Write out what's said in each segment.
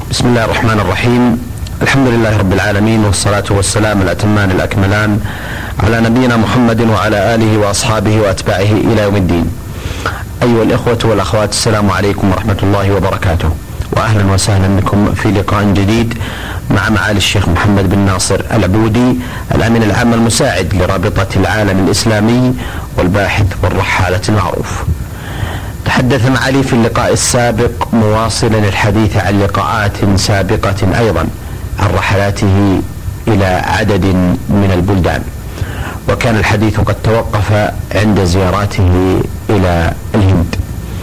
بسم الله الرحمن الرحيم. الحمد لله رب العالمين، والصلاة والسلام الأتمان الأكملان على نبينا محمد وعلى آله وأصحابه وأتباعه إلى يوم الدين. أيها الإخوة والأخوات، السلام عليكم ورحمة الله وبركاته، وأهلا وسهلا بكم في لقاء جديد مع معالي الشيخ محمد بن ناصر العبودي، الأمين العام المساعد لرابطة العالم الإسلامي والباحث والرحالة المعروف. تحدث معالي في اللقاء السابق مواصلا الحديث عن لقاءات سابقة أيضا عن رحلاته إلى عدد من البلدان، وكان الحديث قد توقف عند زياراته إلى الهند.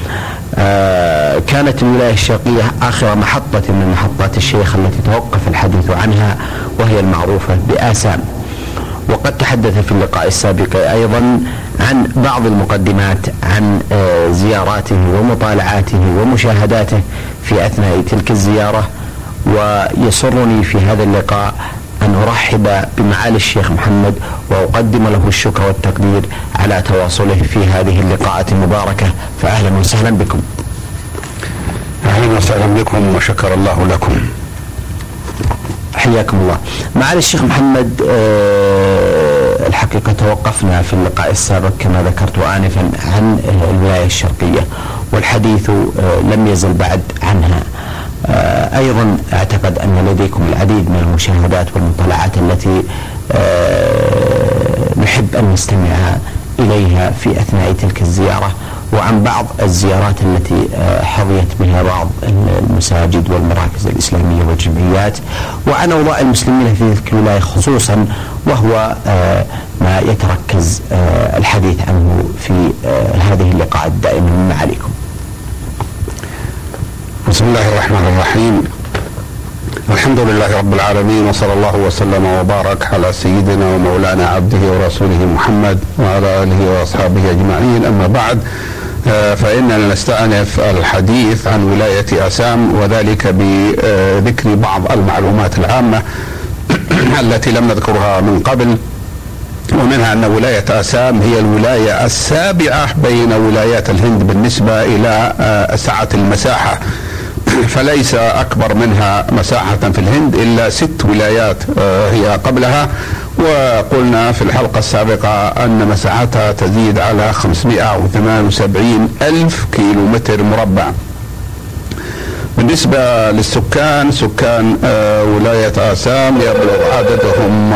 كانت الولاية الشرقية آخر محطة من محطات الشيخ التي توقف الحديث عنها، وهي المعروفة بآسام. وقد تحدث في اللقاء السابق أيضا عن بعض المقدمات عن زياراته ومطالعاته ومشاهداته في أثناء تلك الزيارة. ويسرني في هذا اللقاء أن أرحب بمعالي الشيخ محمد وأقدم له الشكر والتقدير على تواصله في هذه اللقاءات المباركة، فأهلا وسهلا بكم. أهلا وسهلا بكم وشكر الله لكم. حياكم الله. معالي الشيخ محمد، الحقيقة توقفنا في اللقاء السابق كما ذكرت آنفا عن الولاية الشرقية، والحديث لم يزل بعد عنها. أيضا أعتقد أن لديكم العديد من المشاهدات والمطالعات التي نحب أن نستمع إليها في أثناء تلك الزيارة، وعن بعض الزيارات التي حظيت بها بعض المساجد والمراكز الإسلامية والجمعيات، وعن أوضاع المسلمين في تلك الولاية خصوصا، وهو ما يتركز الحديث عنه في هذه اللقاءات الدائمة من معاليكم. بسم الله الرحمن الرحيم. الحمد لله رب العالمين، وصلى الله وسلم وبارك على سيدنا ومولانا عبده ورسوله محمد وعلى آله وأصحابه أجمعين. أما بعد، فإننا نستأنف الحديث عن ولاية آسام، وذلك بذكر بعض المعلومات العامة التي لم نذكرها من قبل، ومنها أن ولاية آسام هي الولاية السابعة بين ولايات الهند بالنسبة إلى سعة المساحة، فليس أكبر منها مساحة في الهند إلا 6 ولايات هي قبلها. وقلنا في الحلقة السابقة أن مساحتها تزيد على 578 ألف كيلومتر مربع. بالنسبة للسكان، سكان ولاية آسام يبلغ عددهم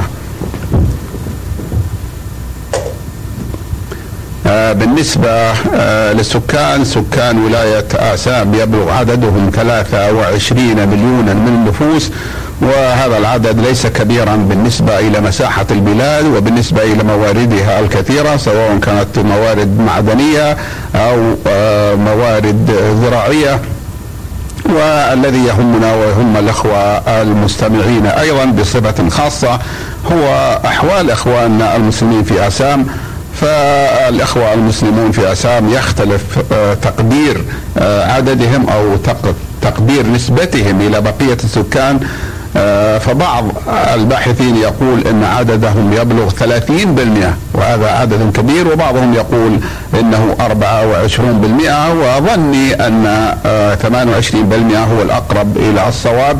بالنسبة للسكان، سكان ولاية آسام يبلغ عددهم 23 مليونا من النفوس، وهذا العدد ليس كبيرا بالنسبة إلى مساحة البلاد وبالنسبة إلى مواردها الكثيرة، سواء كانت موارد معدنية أو موارد زراعية. والذي يهمنا ويهم الأخوة المستمعين أيضا بصفة خاصة هو أحوال أخواننا المسلمين في آسام. فالإخوة المسلمون في آسام يختلف تقدير عددهم أو تقدير نسبتهم إلى بقية السكان. فبعض الباحثين يقول أن عددهم يبلغ 30%، وهذا عدد كبير، وبعضهم يقول أنه 24%، وظني أن 28% هو الأقرب إلى الصواب.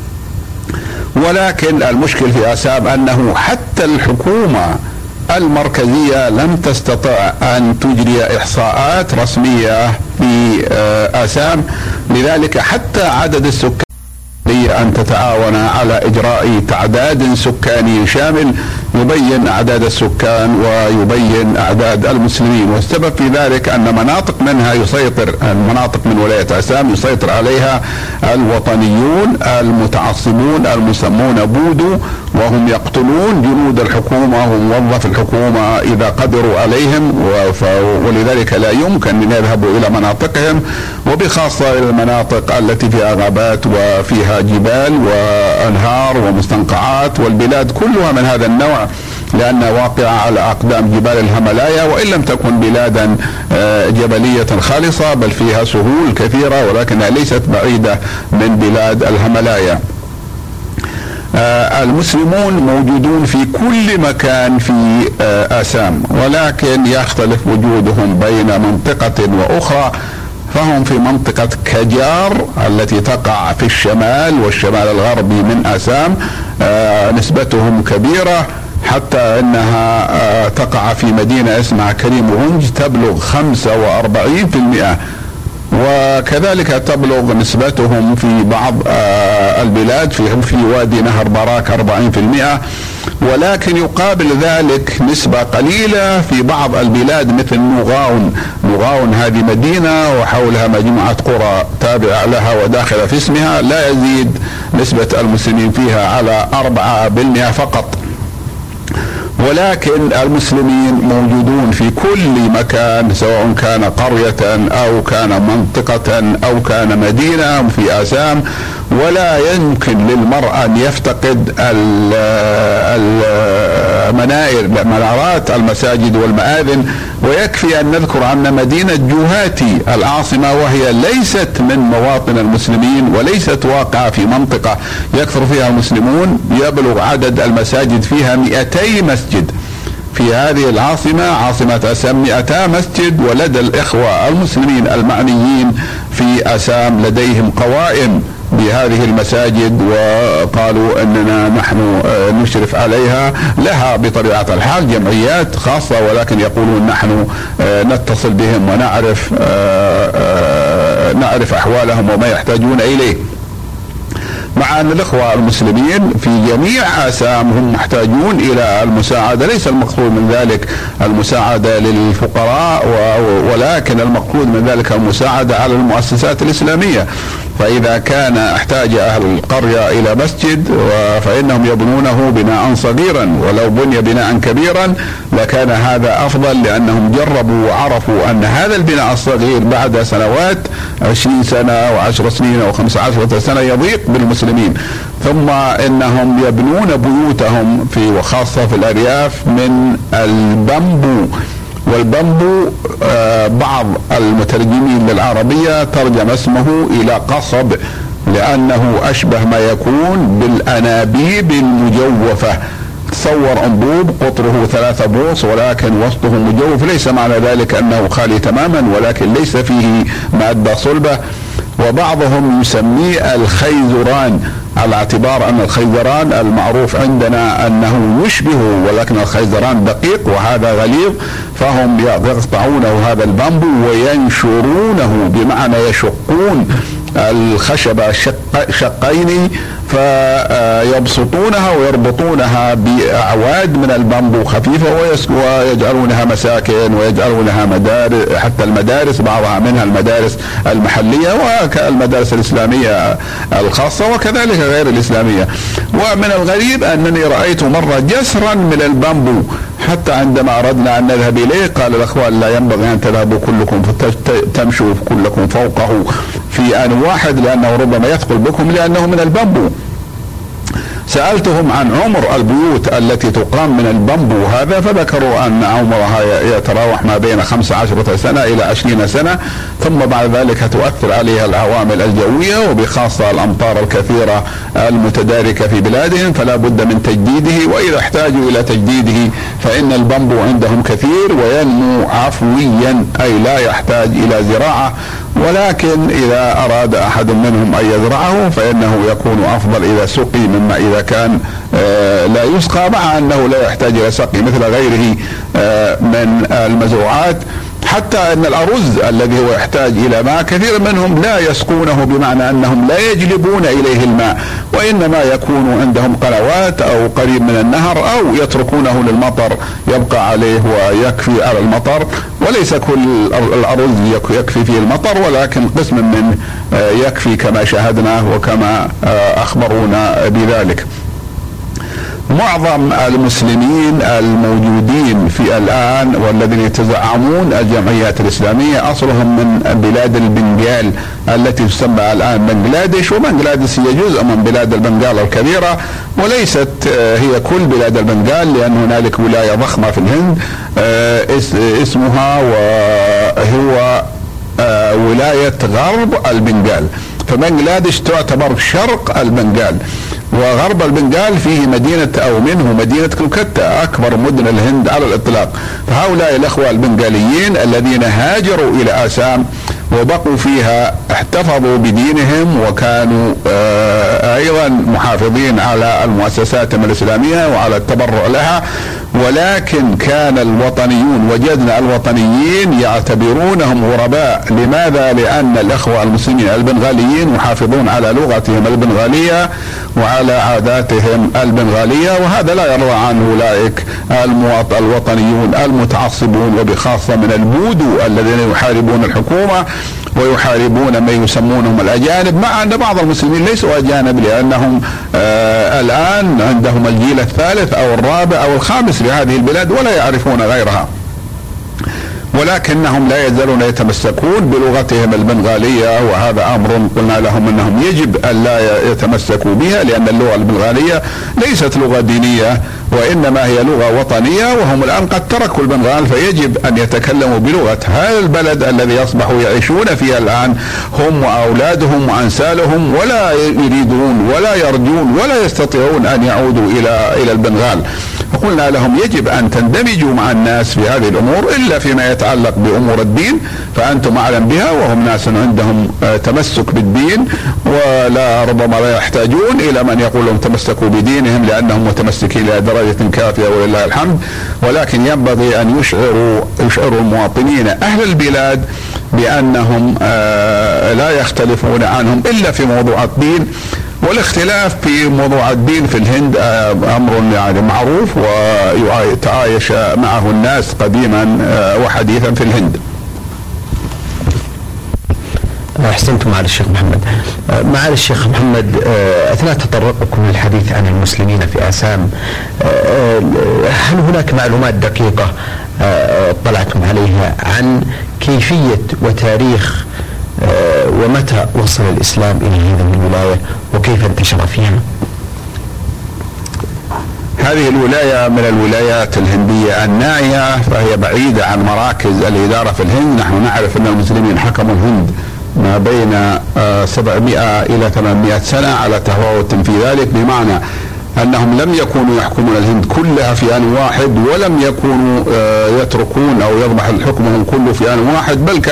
ولكن المشكل في آسام أنه حتى الحكومة المركزية لم تستطع أن تجري إحصاءات رسمية في آسام، لذلك حتى عدد السكان أن تتعاون على إجراء تعداد سكاني شامل يبين أعداد السكان ويبين أعداد المسلمين. والسبب في ذلك أن مناطق منها المناطق من ولاية آسام يسيطر عليها الوطنيون المتعصبون المسمون بودو، وهم يقتلون جنود الحكومة وموظف الحكومة إذا قدروا عليهم، ولذلك لا يمكن أن يذهبوا إلى مناطقهم، وبخاصة إلى المناطق التي فيها غابات وفيها جبال وأنهار ومستنقعات، والبلاد كلها من هذا النوع، لأن واقعة على أقدام جبال الهيمالايا، وإن لم تكن بلادا جبلية خالصة بل فيها سهول كثيرة، ولكنها ليست بعيدة من بلاد الهيمالايا. المسلمون موجودون في كل مكان في آسام، ولكن يختلف وجودهم بين منطقة وأخرى فهم في منطقة كجار التي تقع في الشمال والشمال الغربي من آسام. نسبتهم كبيرة حتى انها تقع في مدينة اسمها كريم غنج تبلغ 45%، وكذلك تبلغ نسبتهم في بعض البلاد في وادي نهر باراك 40%، ولكن يقابل ذلك نسبة قليلة في بعض البلاد مثل نوغاون. نوغاون هذه مدينة وحولها مجموعة قرى تابعة لها وداخلة في اسمها، لا يزيد نسبة المسلمين فيها على 4% فقط. ولكن المسلمين موجودون في كل مكان، سواء كان قرية أو كان منطقة أو كان مدينة في آسام، ولا يمكن للمرء أن يفتقد منارات المساجد والمآذن. ويكفي أن نذكر أن مدينة جوهاتي العاصمة، وهي ليست من مواطن المسلمين وليست واقعة في منطقة يكثر فيها المسلمون، يبلغ عدد المساجد فيها 200 مسجد. في هذه العاصمة، عاصمة آسام، 200 مسجد، ولدى الإخوة المسلمين المعنيين في آسام لديهم قوائم بهذه المساجد، وقالوا اننا نحن نشرف عليها. لها بطبيعة الحال جمعيات خاصة، ولكن يقولون نحن نتصل بهم ونعرف احوالهم وما يحتاجون اليه. مع ان الاخوة المسلمين في جميع آسام هم محتاجون الى المساعدة، ليس المقصود من ذلك المساعدة للفقراء، ولكن المقصود من ذلك المساعدة على المؤسسات الإسلامية. فإذا كان احتاج أهل القرية إلى مسجد فإنهم يبنونه بناء صغيرا، ولو بني بناء كبيرا لكان هذا أفضل، لأنهم جربوا وعرفوا أن هذا البناء الصغير بعد سنوات 20 سنة و10 سنين أو 15 سنة يضيق بالمسلمين. ثم إنهم يبنون بيوتهم وخاصة في الأرياف من البامبو. والبامبو بعض المترجمين للعربية ترجم اسمه إلى قصب، لأنه أشبه ما يكون بالأنابيب المجوفة. تصور أنبوب قطره 3 بوص ولكن وسطه مجوف، ليس معنى ذلك أنه خالي تماما، ولكن ليس فيه مادة صلبة. وبعضهم يسميه الخيزران، على اعتبار ان الخيزران المعروف عندنا انه يشبه، ولكن الخيزران دقيق وهذا غليظ، فهم يقطعونه هذا البامبو وينشرونه، بمعنى يشقون الخشبة شقين فيبسطونها ويربطونها بأعواد من البامبو خفيفة ويجعلونها مساكن ويجعلونها مدارس، حتى المدارس بعضها منها المدارس المحلية والمدارس الإسلامية الخاصة وكذلك غير الإسلامية. ومن الغريب أنني رأيت مرة جسرا من البامبو، حتى عندما أردنا أن نذهب إليه قال الأخوان لا ينبغي أن تذهبوا كلكم تمشوا كلكم فوقه في آن واحد، لأنه ربما يثقل بكم لأنه من البامبو. سألتهم عن عمر البيوت التي تقام من البامبو هذا، فذكروا أن عمرها يتراوح ما بين 15 سنة إلى 20 سنة، ثم بعد ذلك تؤثر عليها العوامل الجوية وبخاصة الأمطار الكثيرة المتداركة في بلادهم، فلا بد من تجديده. وإذا احتاجوا إلى تجديده فإن البامبو عندهم كثير وينمو عفويا، أي لا يحتاج إلى زراعة، ولكن إذا أراد أحد منهم أن يزرعه فإنه يكون أفضل إذا سقي مما إذا كان لا يسقى، مع أنه لا يحتاج إلى سقي مثل غيره من المزروعات. حتى أن الأرز الذي هو يحتاج إلى ماء كثير منهم لا يسقونه، بمعنى أنهم لا يجلبون إليه الماء، وإنما يكون عندهم قنوات أو قريب من النهر أو يتركونه للمطر يبقى عليه ويكفي على المطر. وليس كل الأرز يكفي فيه المطر، ولكن قسم منه يكفي كما شاهدنا وكما أخبرونا بذلك. معظم المسلمين الموجودين في الآن والذين يتزعمون الجمعيات الإسلامية أصلهم من بلاد البنغال التي تسمى الآن بنغلاديش، وبنغلاديش هي جزء من بلاد البنغال الكبيرة، وليست هي كل بلاد البنغال، لأن هنالك ولاية ضخمة في الهند اسمها وهو ولاية غرب البنغال. فبنغلاديش تعتبر شرق البنغال، وغرب البنغال فيه مدينة أو منه مدينة كلكتة أكبر مدن الهند على الإطلاق. فهؤلاء الأخوة البنغاليين الذين هاجروا إلى آسام وبقوا فيها احتفظوا بدينهم، وكانوا أيضا محافظين على المؤسسات الإسلامية وعلى التبرع لها، ولكن كان الوطنيون، وجدنا الوطنيين يعتبرونهم غرباء. لماذا؟ لأن الأخوة المسلمين البنغاليين يحافظون على لغتهم البنغالية وعلى عاداتهم البنغالية، وهذا لا يرضى عنه أولئك الوطنيون المتعصبون، وبخاصة من البودو الذين يحاربون الحكومة ويحاربون ما يسمونهم الأجانب، مع أن بعض المسلمين ليسوا أجانب، لأنهم الآن عندهم الجيل الثالث أو الرابع أو الخامس لهذه البلاد ولا يعرفون غيرها، ولكنهم لا يزالون يتمسكون بلغتهم البنغالية، وهذا أمر قلنا لهم أنهم يجب أن لا يتمسكوا بها، لأن اللغة البنغالية ليست لغة دينية وإنما هي لغة وطنية، وهم الآن قد تركوا البنغال، فيجب أن يتكلموا بلغة هذا البلد الذي يصبحوا يعيشون فيها الآن هم وأولادهم وأنسالهم، ولا يريدون ولا يرجون ولا يستطيعون أن يعودوا إلى البنغال. فقلنا لهم يجب أن تندمجوا مع الناس في هذه الأمور، إلا فيما يتعلق بأمور الدين فأنتم أعلم بها، وهم ناس عندهم تمسك بالدين، ولا ربما لا يحتاجون إلى من يقول لهم تمسكوا بدينهم لأنهم متمسكين إلى درجة كافية ولله الحمد. ولكن ينبغي أن يشعروا المواطنين أهل البلاد بأنهم لا يختلفون عنهم إلا في موضوع الدين، والاختلاف في موضوع الدين في الهند أمر يعني معروف ويتعايش معه الناس قديما وحديثا في الهند. أحسنتم معالي الشيخ محمد. معالي الشيخ محمد، أثناء تطرقكم للحديث عن المسلمين في آسام، هل هناك معلومات دقيقة اطلعتم عليها عن كيفية وتاريخ ومتى وصل الإسلام إلى هذه الولاية وكيف انتشر فيها؟ هذه الولاية من الولايات الهندية النائية، فهي بعيدة عن مراكز الإدارة في الهند. نحن نعرف أن المسلمين حكموا الهند ما بين 700 إلى 800 سنة على تفاوت في ذلك، بمعنى أنهم لم يكونوا يحكمون الهند كلها في آن واحد، ولم يكونوا يتركون أو يضمح حكمهم كله في آن واحد، بل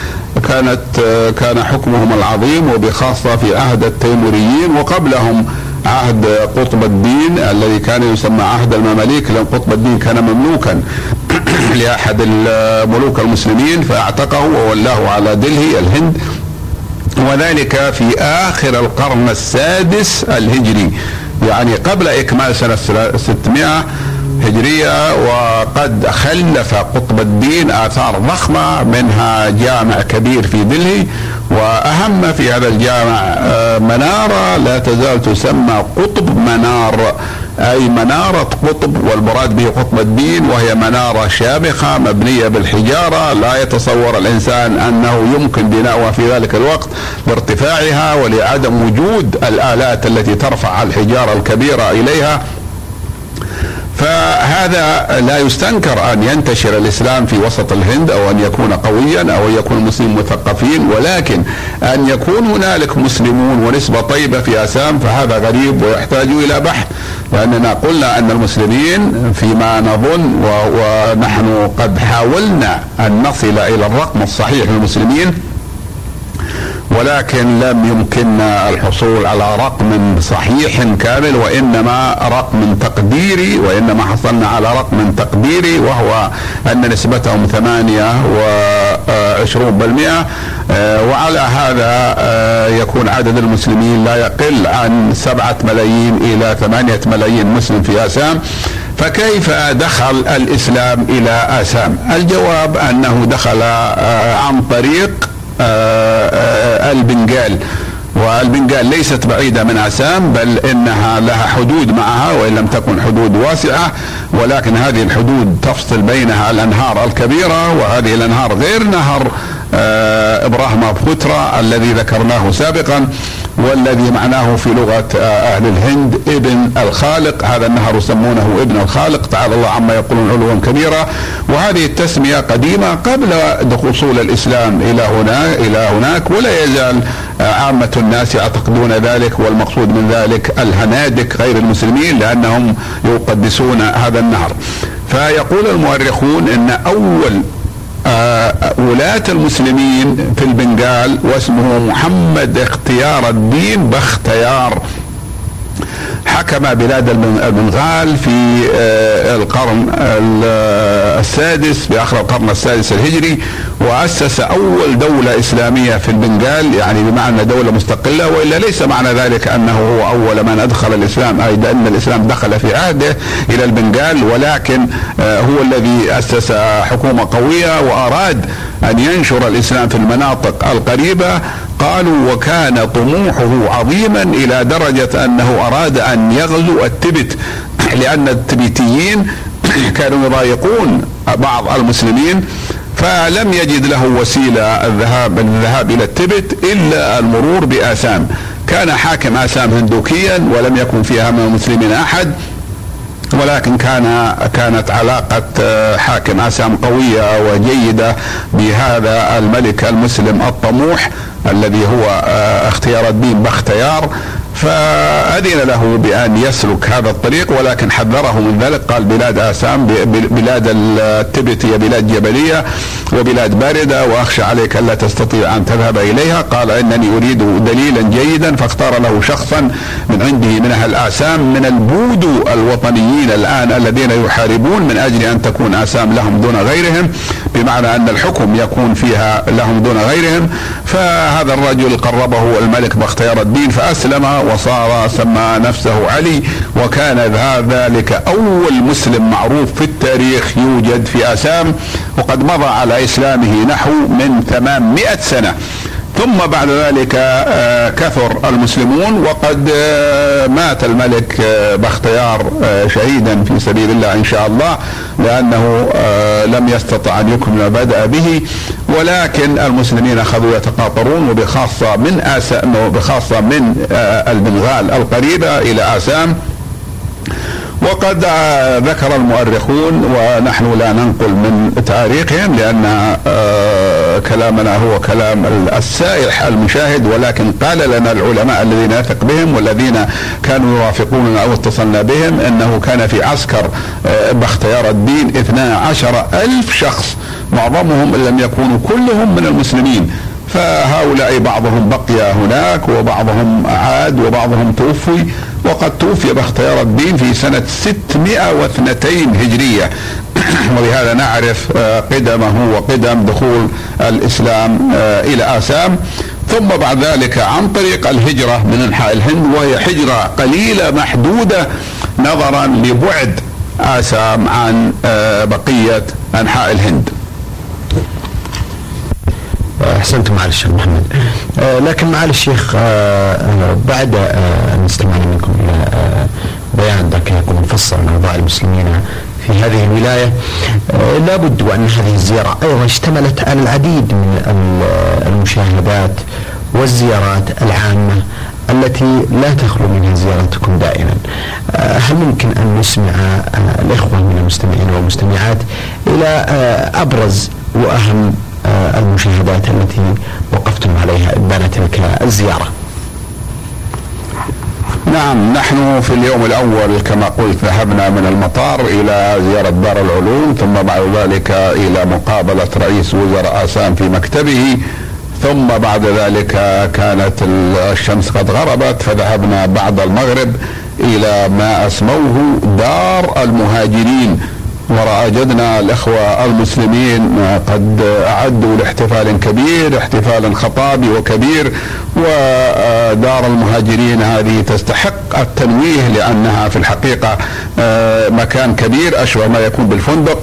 كان حكمهم العظيم، وبخاصة في عهد التيموريين، وقبلهم عهد قطب الدين الذي كان يسمى عهد المماليك، لأن قطب الدين كان مملوكا لأحد الملوك المسلمين فاعتقه وولاه على دلهي الهند، وذلك في آخر القرن السادس الهجري، يعني قبل إكمال سنة 600 هجرية. وقد خلف قطب الدين آثار ضخمة، منها جامع كبير في دلهي، وأهم في هذا الجامع منارة لا تزال تسمى قطب منار، أي منارة قطب، والمراد به قطب الدين، وهي منارة شامخة مبنية بالحجارة لا يتصور الإنسان أنه يمكن بناؤها في ذلك الوقت لارتفاعها ولعدم وجود الآلات التي ترفع الحجارة الكبيرة إليها. فهذا لا يستنكر أن ينتشر الإسلام في وسط الهند، أو أن يكون قويا، أو أن يكون المسلمين مثقفين، ولكن أن يكون هنالك مسلمون ونسبة طيبة في آسام فهذا غريب ويحتاج إلى بحث، لأننا قلنا أن المسلمين فيما نظن ونحن قد حاولنا أن نصل إلى الرقم الصحيح للمسلمين، ولكن لم يمكننا الحصول على رقم صحيح كامل، وإنما رقم تقديري، وإنما حصلنا على رقم تقديري، وهو أن نسبتهم 28%، وعلى هذا يكون عدد المسلمين لا يقل عن 7 ملايين إلى 8 ملايين مسلم في آسام. فكيف دخل الإسلام إلى آسام؟ الجواب أنه دخل عن طريق البنغال، والبنغال ليست بعيدة من آسام، بل إنها لها حدود معها وإن لم تكن حدود واسعة، ولكن هذه الحدود تفصل بينها الأنهار الكبيرة، وهذه الأنهار غير نهر إبراهيم بوترا الذي ذكرناه سابقا، والذي معناه في لغة أهل الهند ابن الخالق. هذا النهر يسمونه ابن الخالق، تعالى الله عما يقولون علوا كبيرا. وهذه التسمية قديمة قبل دخول الإسلام إلى هناك، ولا يزال عامة الناس يعتقدون ذلك، والمقصود من ذلك الهنادك غير المسلمين لأنهم يقدسون هذا النهر. فيقول المؤرخون ان اول ولاة المسلمين في البنغال واسمه محمد اختيار الدين بختيار، حكم بلاد البنغال في القرن السادس، في آخر القرن السادس الهجري، وأسس أول دولة إسلامية في البنغال، يعني بمعنى دولة مستقلة، وإلا ليس معنى ذلك أنه هو أول من أدخل الإسلام، أي أن الإسلام دخل في عهده إلى البنغال، ولكن هو الذي أسس حكومة قوية وأراد أن ينشر الإسلام في المناطق القريبة. قالوا وكان طموحه عظيما إلى درجة أنه أراد أن يغزو التبت، لأن التبتيين كانوا يضايقون بعض المسلمين، فلم يجد له وسيلة الذهاب إلى التبت إلا المرور بآسام. كان حاكم آسام هندوكيا ولم يكن فيها من المسلمين أحد، ولكن كانت علاقة حاكم آسام قوية وجيدة بهذا الملك المسلم الطموح الذي هو اختيار الدين بختيار، فأذن له بأن يسلك هذا الطريق، ولكن حذره من ذلك. قال بلاد آسام، بلاد التبت هي بلاد جبلية وبلاد باردة، وأخشى عليك ألا تستطيع أن تذهب إليها. قال إنني أريد دليلا جيدا، فاختار له شخصا من عنده من أهل آسام، من البودو الوطنيين الآن الذين يحاربون من أجل أن تكون آسام لهم دون غيرهم، بمعنى أن الحكم يكون فيها لهم دون غيرهم. فهذا الرجل قربه الملك بختيار الدين فأسلم وصار سمى نفسه علي، وكان ذلك أول مسلم معروف في التاريخ يوجد في آسام، وقد مضى على إسلامه نحو من 800 سنة. ثم بعد ذلك كثر المسلمون، وقد مات الملك بختيار شهيدا في سبيل الله إن شاء الله، لأنه لم يستطع أن يكمل ما بدأ به. ولكن المسلمين أخذوا يتقاطرون، وبخاصة من البنغال القريبة إلى آسام. وقد ذكر المؤرخون، ونحن لا ننقل من تاريخهم لأن كلامنا هو كلام السائح المشاهد، ولكن قال لنا العلماء الذين نثق بهم والذين كانوا يرافقوننا أو اتصلنا بهم أنه كان في عسكر بختيار الدين 12,000 شخص، معظمهم إن لم يكونوا كلهم من المسلمين. فهؤلاء بعضهم بقي هناك وبعضهم عاد وبعضهم توفي، وقد توفي بختيار الدين في سنة 602 هجرية، ولهذا نعرف قدمه وقدم دخول الإسلام إلى آسام. ثم بعد ذلك عن طريق الهجرة من أنحاء الهند، وهي هجرة قليلة محدودة نظرا لبعد آسام عن بقية أنحاء الهند. أحسنتم معالي الشيخ محمد. لكن معالي الشيخ بعد أن استمعنا منكم إلى بيان دقيق ومفصل عن أوضاع المسلمين في هذه الولاية، لابد وأن هذه الزيارة أيضا اشتملت على العديد من المشاهدات والزيارات العامة التي لا تخلو منها زيارتكم دائما. هل ممكن أن نسمع الإخوة من المستمعين والمستمعات إلى أبرز وأهم المشاهدات التي وقفتم عليها إبان تلك الزيارة؟ نعم، نحن في اليوم الأول كما قلت ذهبنا من المطار إلى زيارة دار العلوم، ثم بعد ذلك إلى مقابلة رئيس وزراء آسام في مكتبه، ثم بعد ذلك كانت الشمس قد غربت فذهبنا بعد المغرب إلى ما أسموه دار المهاجرين، وجدنا الإخوة المسلمين قد أعدوا لاحتفال كبير، احتفال خطابي وكبير. ودار المهاجرين هذه تستحق التنويه لأنها في الحقيقة مكان كبير أشبه ما يكون بالفندق،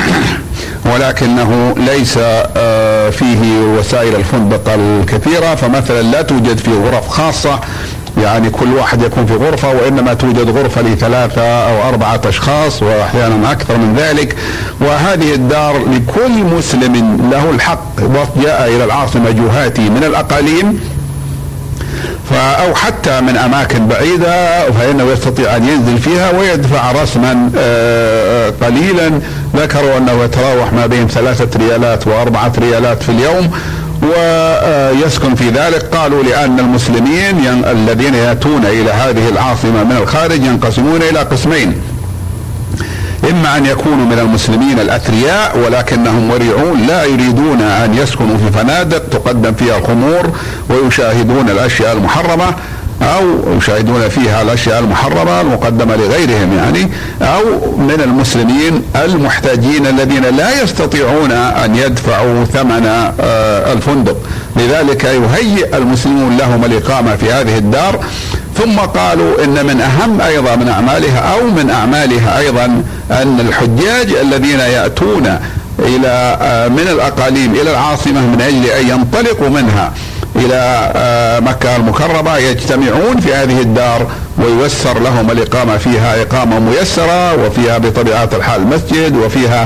ولكنه ليس فيه وسائل الفندق الكثيرة. فمثلا لا توجد فيه غرف خاصة، يعني كل واحد يكون في غرفة، وإنما توجد غرفة ل3 أو 4 أشخاص وأحيانا أكثر من ذلك. وهذه الدار لكل مسلم له الحق، وجاء إلى العاصمة جوهاتي من الأقاليم أو حتى من أماكن بعيدة فإنه يستطيع أن ينزل فيها ويدفع رسما قليلا. ذكروا أنه يتراوح ما بين 3 ريالات و4 ريالات في اليوم ويسكن في ذلك. قالوا لأن المسلمين الذين يأتون إلى هذه العاصمة من الخارج ينقسمون إلى قسمين: إما أن يكونوا من المسلمين الأثرياء ولكنهم ورعون لا يريدون أن يسكنوا في فنادق تقدم فيها الخمور ويشاهدون الأشياء المحرمة، أو يشاهدون فيها الأشياء المحرمة المقدمة لغيرهم يعني، أو من المسلمين المحتاجين الذين لا يستطيعون أن يدفعوا ثمن الفندق، لذلك يهيئ المسلمون لهم الإقامة في هذه الدار. ثم قالوا إن من أهم أيضا من أعمالها أيضا أن الحجاج الذين يأتون من الأقاليم إلى العاصمة من أجل أن ينطلقوا منها إلى مكة المكرمة يجتمعون في هذه الدار وييسر لهم الإقامة فيها إقامة ميسرة، وفيها بطبيعة الحال مسجد، وفيها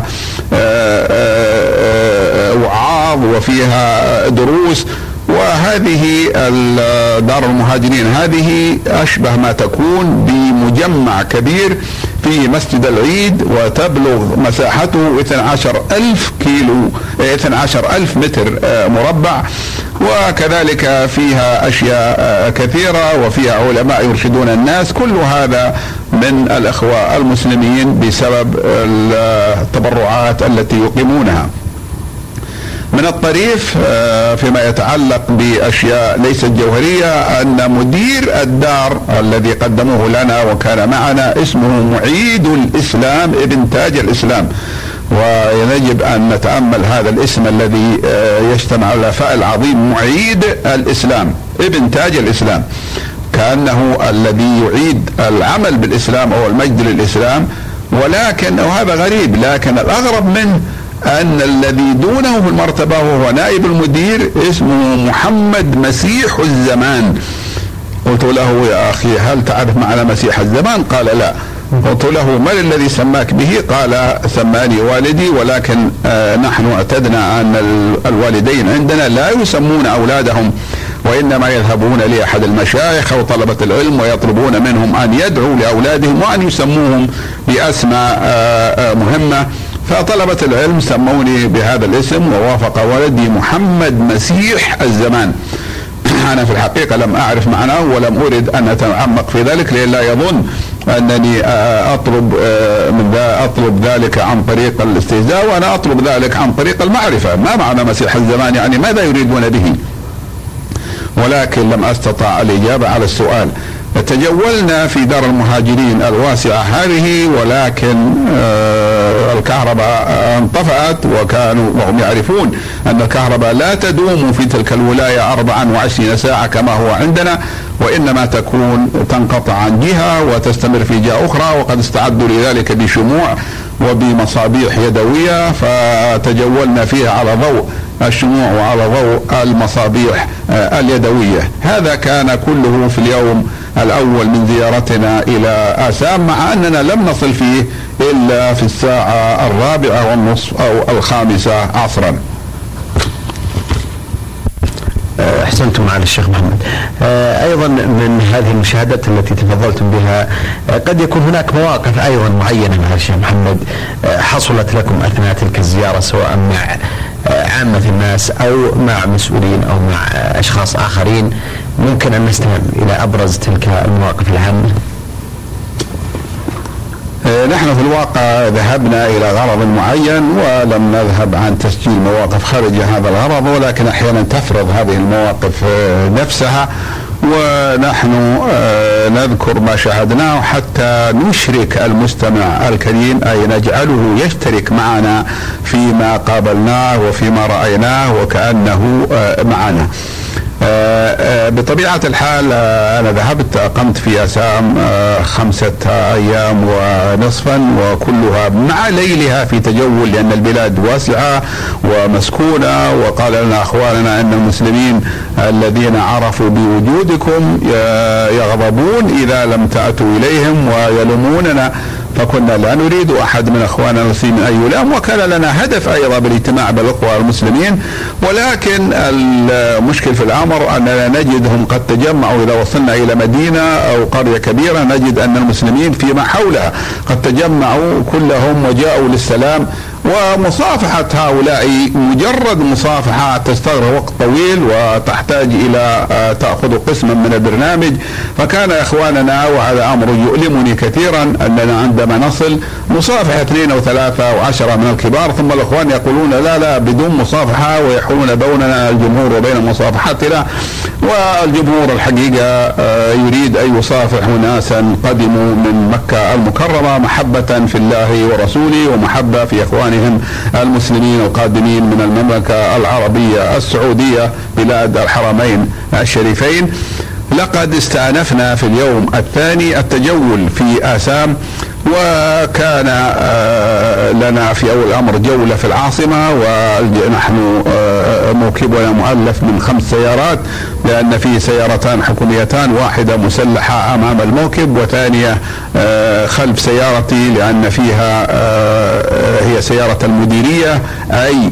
وعاظ، وفيها دروس. وهذه دار المهاجرين هذه أشبه ما تكون بمجمع كبير في مسجد العيد، وتبلغ مساحته 12,000 متر مربع، وكذلك فيها أشياء كثيرة، وفيها علماء يرشدون الناس. كل هذا من الأخوة المسلمين بسبب التبرعات التي يقيمونها. من الطريف فيما يتعلق بأشياء ليست جوهرية أن مدير الدار الذي قدموه لنا وكان معنا اسمه معيد الإسلام ابن تاج الإسلام، ويجب أن نتأمل هذا الاسم الذي يجتمع على فاء العظيم، معيد الإسلام ابن تاج الإسلام، كأنه الذي يعيد العمل بالإسلام أو المجد للإسلام. ولكن وهذا غريب، لكن الأغرب منه أن الذي دونه في المرتبة وهو نائب المدير اسمه محمد مسيح الزمان. قلت له: يا أخي هل تعرف معنى مسيح الزمان؟ قال: لا. قلت له: من الذي سماك به؟ قال: سماني والدي، ولكن نحن اعتدنا أن الوالدين عندنا لا يسمون أولادهم، وإنما يذهبون لأحد المشايخ أو طلبة العلم ويطلبون منهم أن يدعوا لأولادهم وأن يسموهم بأسماء مهمة. فطلبة العلم سموني بهذا الاسم، ووافق ولدي محمد مسيح الزمان. أنا في الحقيقة لم أعرف معناه ولم أرد أن أتعمق في ذلك لئلا يظن أنني أطلب ذلك عن طريق الاستهزاء، وأنا أطلب ذلك عن طريق المعرفة. ما معنى مسيح الزمان؟ يعني ماذا يريدون به؟ ولكن لم أستطع الإجابة على السؤال. تجولنا في دار المهاجرين الواسعة هذه، ولكن الكهرباء انطفأت، وهم يعرفون أن الكهرباء لا تدوم في تلك الولاية 24 ساعة كما هو عندنا، وإنما تنقطع عن جهة وتستمر في جهة أخرى، وقد استعدوا لذلك بشموع وبمصابيح يدوية، فتجولنا فيها على ضوء الشموع وعلى ضوء المصابيح اليدوية. هذا كان كله في اليوم الأول من زيارتنا إلى آسام، مع أننا لم نصل فيه إلا في الساعة 4:30 أو 5 عصرا. أحسنتم على الشيخ محمد. أيضا من هذه المشاهدات التي تفضلتم بها قد يكون هناك مواقف أيضا معينة مع الشيخ محمد حصلت لكم أثناء تلك الزيارة، سواء مع عامة الناس أو مع مسؤولين أو مع أشخاص آخرين. ممكن أن نستمع إلى أبرز تلك المواقف الهامة. نحن في الواقع ذهبنا إلى غرض معين ولم نذهب عن تسجيل مواقف خارج هذا الغرض، ولكن أحيانا تفرض هذه المواقف نفسها، ونحن نذكر ما شاهدناه حتى نشرك المستمع الكريم، أي نجعله يشترك معنا فيما قابلناه وفيما رأيناه وكأنه معنا. بطبيعة الحال أنا ذهبت أقمت في آسام 5 أيام ونصفا، وكلها مع ليلها في تجول، لأن البلاد واسعة ومسكونة. وقال لنا أخواننا أن المسلمين الذين عرفوا بوجودكم يغضبون إذا لم تأتوا إليهم ويلوموننا فكنا لا نريد أحد من أخواننا المسلمين أن يلام، وكان لنا هدف أيضا بالاجتماع بالأخوة المسلمين، ولكن المشكل في الأمر أننا نجدهم قد تجمعوا. إذا وصلنا إلى مدينة أو قرية كبيرة نجد أن المسلمين فيما حولها قد تجمعوا كلهم وجاءوا للسلام، ومصافحة هؤلاء مجرد مصافحة تستغرق وقت طويل وتحتاج إلى تأخذ قسما من البرنامج. فكان إخواننا، وهذا أمر يؤلمني كثيرا، أننا عندما نصل نصافح 2 أو 3 أو 10 من الكبار، ثم الإخوان يقولون لا بدون مصافحة، ويحولون بيننا الجمهور وبين مصافحتنا. والجمهور الحقيقة يريد أن يصافح ناسا قدموا من مكة المكرمة محبة في الله ورسوله ومحبة في إخوانهم المسلمين القادمين من المملكة العربية السعودية بلاد الحرمين الشريفين. لقد استأنفنا في اليوم الثاني التجول في آسام، وكان لنا في أول الأمر جولة في العاصمة، ونحن موكبنا مؤلف من 5 سيارات، لأن فيه سيارتان حكوميتان، واحدة مسلحة أمام الموكب وثانية خلف سيارتي، لأن فيها هي سيارة المديرية أي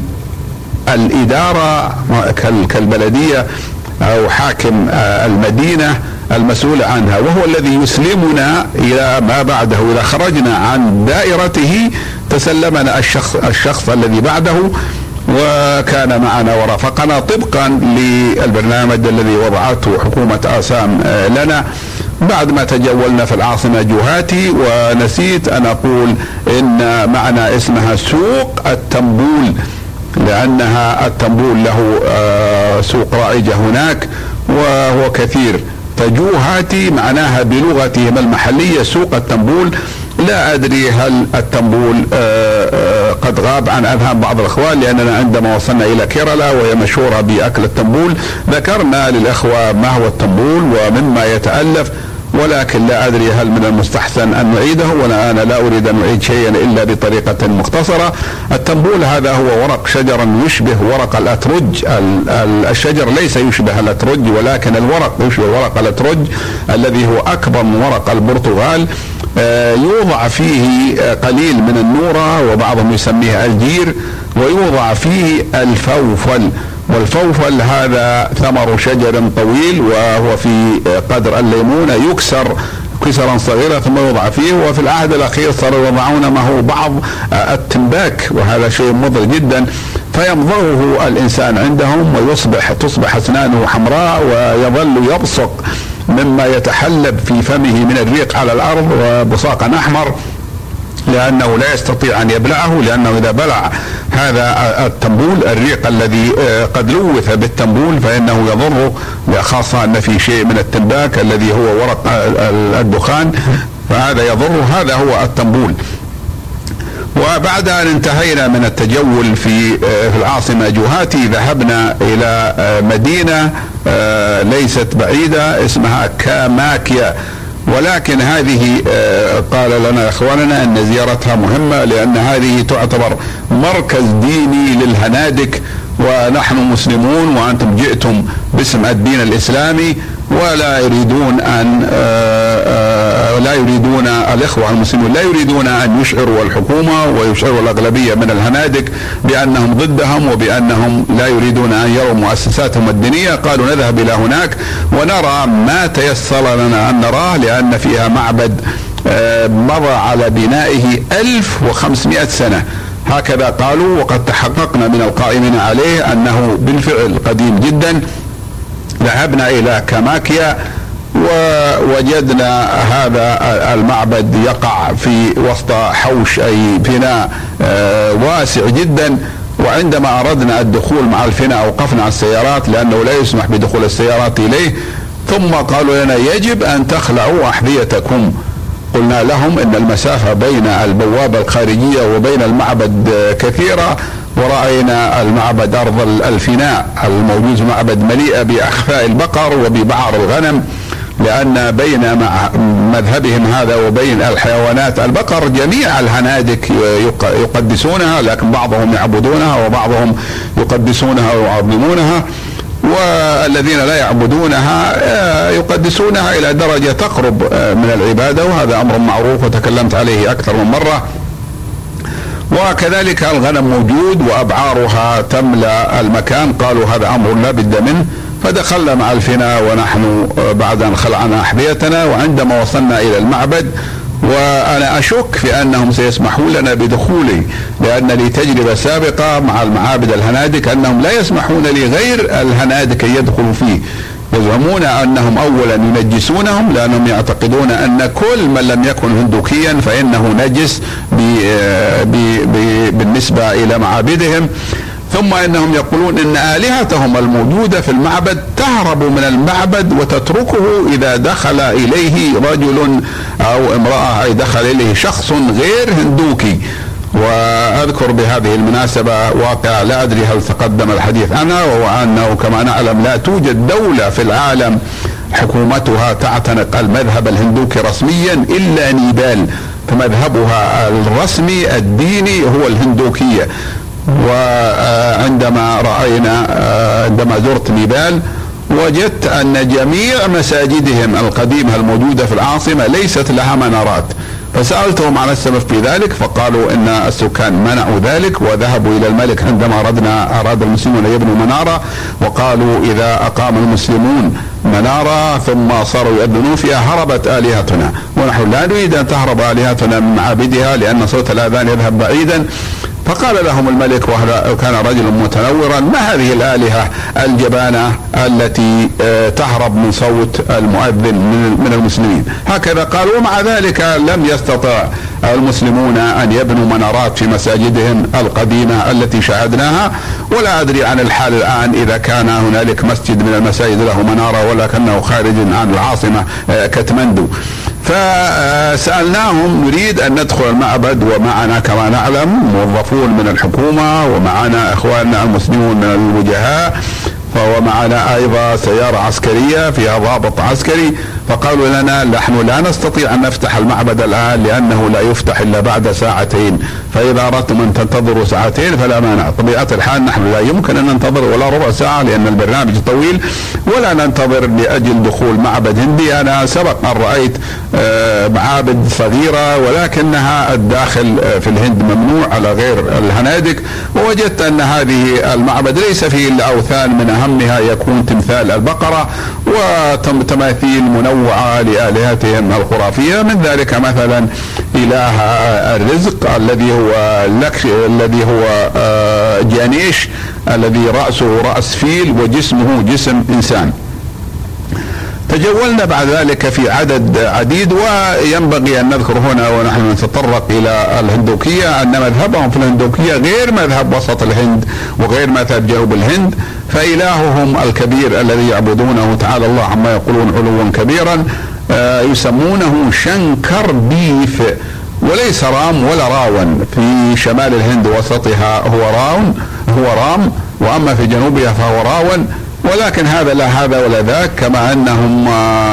الإدارة كالبلدية أو حاكم المدينة المسؤول عنها، وهو الذي يسلمنا إلى ما بعده. إذا خرجنا عن دائرته تسلمنا الشخص الذي بعده، وكان معنا ورافقنا طبقا للبرنامج الذي وضعته حكومة آسام لنا. بعد ما تجولنا في العاصمة جوهاتي، ونسيت أن أقول إن معنا اسمها سوق التنبول، لأنها التنبول له سوق رائجة هناك وهو كثير. فجوهاتي معناها بلغتهم المحلية سوق التنبول. لا أدري هل التنبول قد غاب عن أذهان بعض الأخوان، لأننا عندما وصلنا إلى كيرلا وهي مشهورة بأكل التنبول ذكرنا للأخوة ما هو التنبول ومما يتألف، ولكن لا أدري هل من المستحسن أن نعيده، وأنا لا أريد أن نعيد شيئا إلا بطريقة مختصرة. التنبول هذا هو ورق شجر يشبه ورق الأترج. الشجر ليس يشبه الأترج، ولكن الورق يشبه ورق الأترج الذي هو أكبر من ورق البرتغال. يوضع فيه قليل من النورة، وبعضهم يسميه الجير، ويوضع فيه الفوفل. والفوفل هذا ثمر شجر طويل وهو في قدر الليمونة، يكسر كسرا صغيرة ثم يوضع فيه. وفي العهد الأخير صاروا يضعون معه بعض التنباك، وهذا شيء مضر جدا، فيمضغه الإنسان عندهم تصبح أسنانه حمراء ويظل يبصق مما يتحلب في فمه من الريق على الأرض وبصاقا أحمر، لأنه لا يستطيع أن يبلعه، لأنه إذا بلع هذا التنبول الريق الذي قد لوث بالتنبول فإنه يضره، خاصة أن في شيء من التنباك الذي هو ورق الدخان، فهذا يضره. هذا هو التنبول. وبعد أن انتهينا من التجول في العاصمة جوهاتي ذهبنا إلى مدينة ليست بعيدة اسمها كاماكيا، ولكن هذه قال لنا إخواننا أن زيارتها مهمة، لأن هذه تعتبر مركز ديني للهنادك، ونحن مسلمون وأنتم جئتم باسم الدين الإسلامي، ولا يريدون الإخوة المسلمون لا يريدون أن يشعروا الحكومة ويشعروا الأغلبية من الهنادك بأنهم ضدهم وبأنهم لا يريدون أن يروا مؤسساتهم الدينية. قالوا نذهب إلى هناك ونرى ما تيسر لنا أن نراه، لأن فيها معبد مضى على بنائه 1500 سنة هكذا قالوا، وقد تحققنا من القائمين عليه أنه بالفعل قديم جدا. ذهبنا إلى كاماكيا ووجدنا هذا المعبد يقع في وسط حوش أي فناء واسع جدا، وعندما أردنا الدخول مع الفناء أوقفنا على السيارات لأنه لا يسمح بدخول السيارات إليه، ثم قالوا لنا يجب أن تخلعوا أحذيتكم. قلنا لهم إن المسافة بين البوابة الخارجية وبين المعبد كثيرة، ورأينا المعبد أرض الفناء الموجود معبد مليئة بأخفاء البقر وببعر الغنم، لأن بين مذهبهم هذا وبين الحيوانات البقر جميع الهنادك يقدسونها، لكن بعضهم يعبدونها وبعضهم يقدسونها ويعظمونها. والذين لا يعبدونها يقدسونها إلى درجة تقرب من العبادة، وهذا أمر معروف وتكلمت عليه أكثر من مرة. وكذلك الغنم موجود وأبعارها تملأ المكان، قالوا هذا أمر لا بد منه، فدخلنا مع الفناء ونحن بعد أن خلعنا أحذيتنا، وعندما وصلنا إلى المعبد وأنا أشك في أنهم سيسمحون لنا بدخوله، لأن لي تجربة سابقة مع المعابد الهنادك أنهم لا يسمحون لغير الهنادك أن يدخلوا فيه، يزعمون أنهم أولا ينجسونهم لأنهم يعتقدون أن كل من لم يكن هندوكيا فإنه نجس بالنسبة إلى معابدهم، ثم انهم يقولون ان الهتهم الموجودة في المعبد تهرب من المعبد وتتركه اذا دخل اليه رجل او امرأة، اي دخل اليه شخص غير هندوكي. واذكر بهذه المناسبة واقع لا ادري هل تقدم الحديث عنها، وهو انه كما نعلم لا توجد دولة في العالم حكومتها تعتنق المذهب الهندوكي رسميا الا نيبال، فمذهبها الرسمي الديني هو الهندوكية. وعندما عندما زرت نيبال وجدت أن جميع مساجدهم القديمة الموجودة في العاصمة ليست لها منارات، فسألتهم عن السبب في ذلك، فقالوا إن السكان منعوا ذلك وذهبوا إلى الملك عندما أراد المسلمون يبنوا منارة، وقالوا إذا أقام المسلمون منارة ثم صاروا يؤذنون فيها هربت آلهتنا، ونحن لا نريد أن تهرب آلهتنا من معابدها لأن صوت الآذان يذهب بعيدا. فقال لهم الملك وكان رجلا متنورا: ما هذه الآلهة الجبانة التي تهرب من صوت المؤذن من المسلمين؟ هكذا قالوا. ومع ذلك لم يستطع المسلمون أن يبنوا منارات في مساجدهم القديمة التي شاهدناها، ولا أدري عن الحال الآن إذا كان هنالك مسجد من المساجد له منارة ولكنه خارج عن العاصمة كتمندو. فسألناهم: نريد أن ندخل المعبد ومعنا كما نعلم موظفون من الحكومة، ومعنا إخواننا المسلمون من الوجهاء، ومعنا أيضا سيارة عسكرية فيها ضابط عسكري. فقالوا لنا: نحن لا نستطيع أن نفتح المعبد الآن لأنه لا يفتح إلا بعد ساعتين، فإذا أردتم أن تنتظروا ساعتين فلا مانع. طبيعة الحال نحن لا يمكن أن ننتظر ولا ربع ساعة لأن البرنامج طويل، ولا ننتظر لأجل دخول معبد هندي. أنا سبق أن رأيت معابد صغيرة ولكنها الداخل في الهند ممنوع على غير الهنادك، ووجدت أن هذه المعبد ليس فيه إلا أوثان، من أهمها يكون تمثال البقرة وتماثيل منوعة لآلهتهم الخرافية، من ذلك مثلا إله الرزق الذي هو جانيش، الذي رأسه رأس فيل وجسمه جسم إنسان. تجولنا بعد ذلك في عدد عديد، وينبغي أن نذكر هنا ونحن نتطرق إلى الهندوكية أن مذهبهم في الهندوكية غير مذهب وسط الهند وغير مذهب جنوب الهند، فإلههم الكبير الذي يعبدونه تعالى الله عما يقولون علوا كبيرا يسمونه شنكر بيف، وليس رام ولا راون. في شمال الهند وسطها هو رام، وأما في جنوبها فهو راون، ولكن هذا لا هذا ولا ذاك، كما أنهم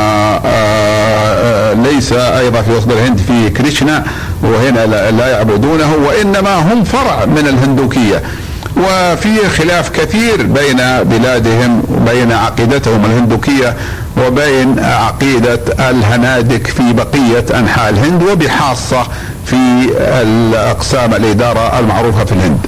ليس أيضا في وسط الهند في كريشنا وهنا لا يعبدونه، وإنما هم فرع من الهندوكية. وفي خلاف كثير بين بلادهم وبين عقيدتهم الهندوكية وبين عقيدة الهنادك في بقية أنحاء الهند، وبحاصة في الأقسام الإدارة المعروفة في الهند.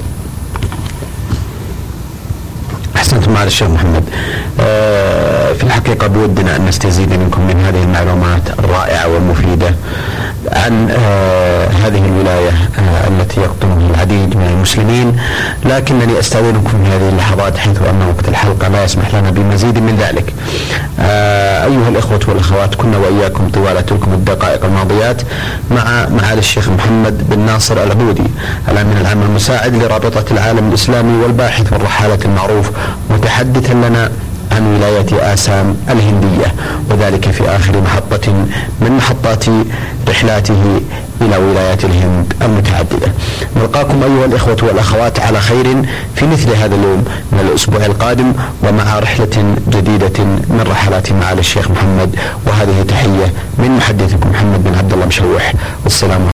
أحسنتم معالي الشيخ محمد. في الحقيقة بودنا أن نستزيد منكم من هذه المعلومات الرائعة والمفيدة عن هذه الولاية التي يقطنها العديد من المسلمين، لكنني أستأذنكم في هذه اللحظات حيث أن وقت الحلقة لا يسمح لنا بمزيد من ذلك. أيها الإخوة والأخوات، كنا وإياكم طوال تلك الدقائق الماضيات مع معالي الشيخ محمد بن ناصر العبودي، الأمين العام المساعد لرابطة العالم الإسلامي والباحث والرحالة المعروف، متحدثا لنا عن ولاية آسام الهندية، وذلك في آخر محطة من محطات رحلاته إلى ولايات الهند المتعددة. نلقاكم أيها الإخوة والأخوات على خير في مثل هذا اليوم من الأسبوع القادم، ومع رحلة جديدة من رحلات معالي الشيخ محمد. وهذه تحية من محدثكم محمد بن عبد الله مشوح، والسلام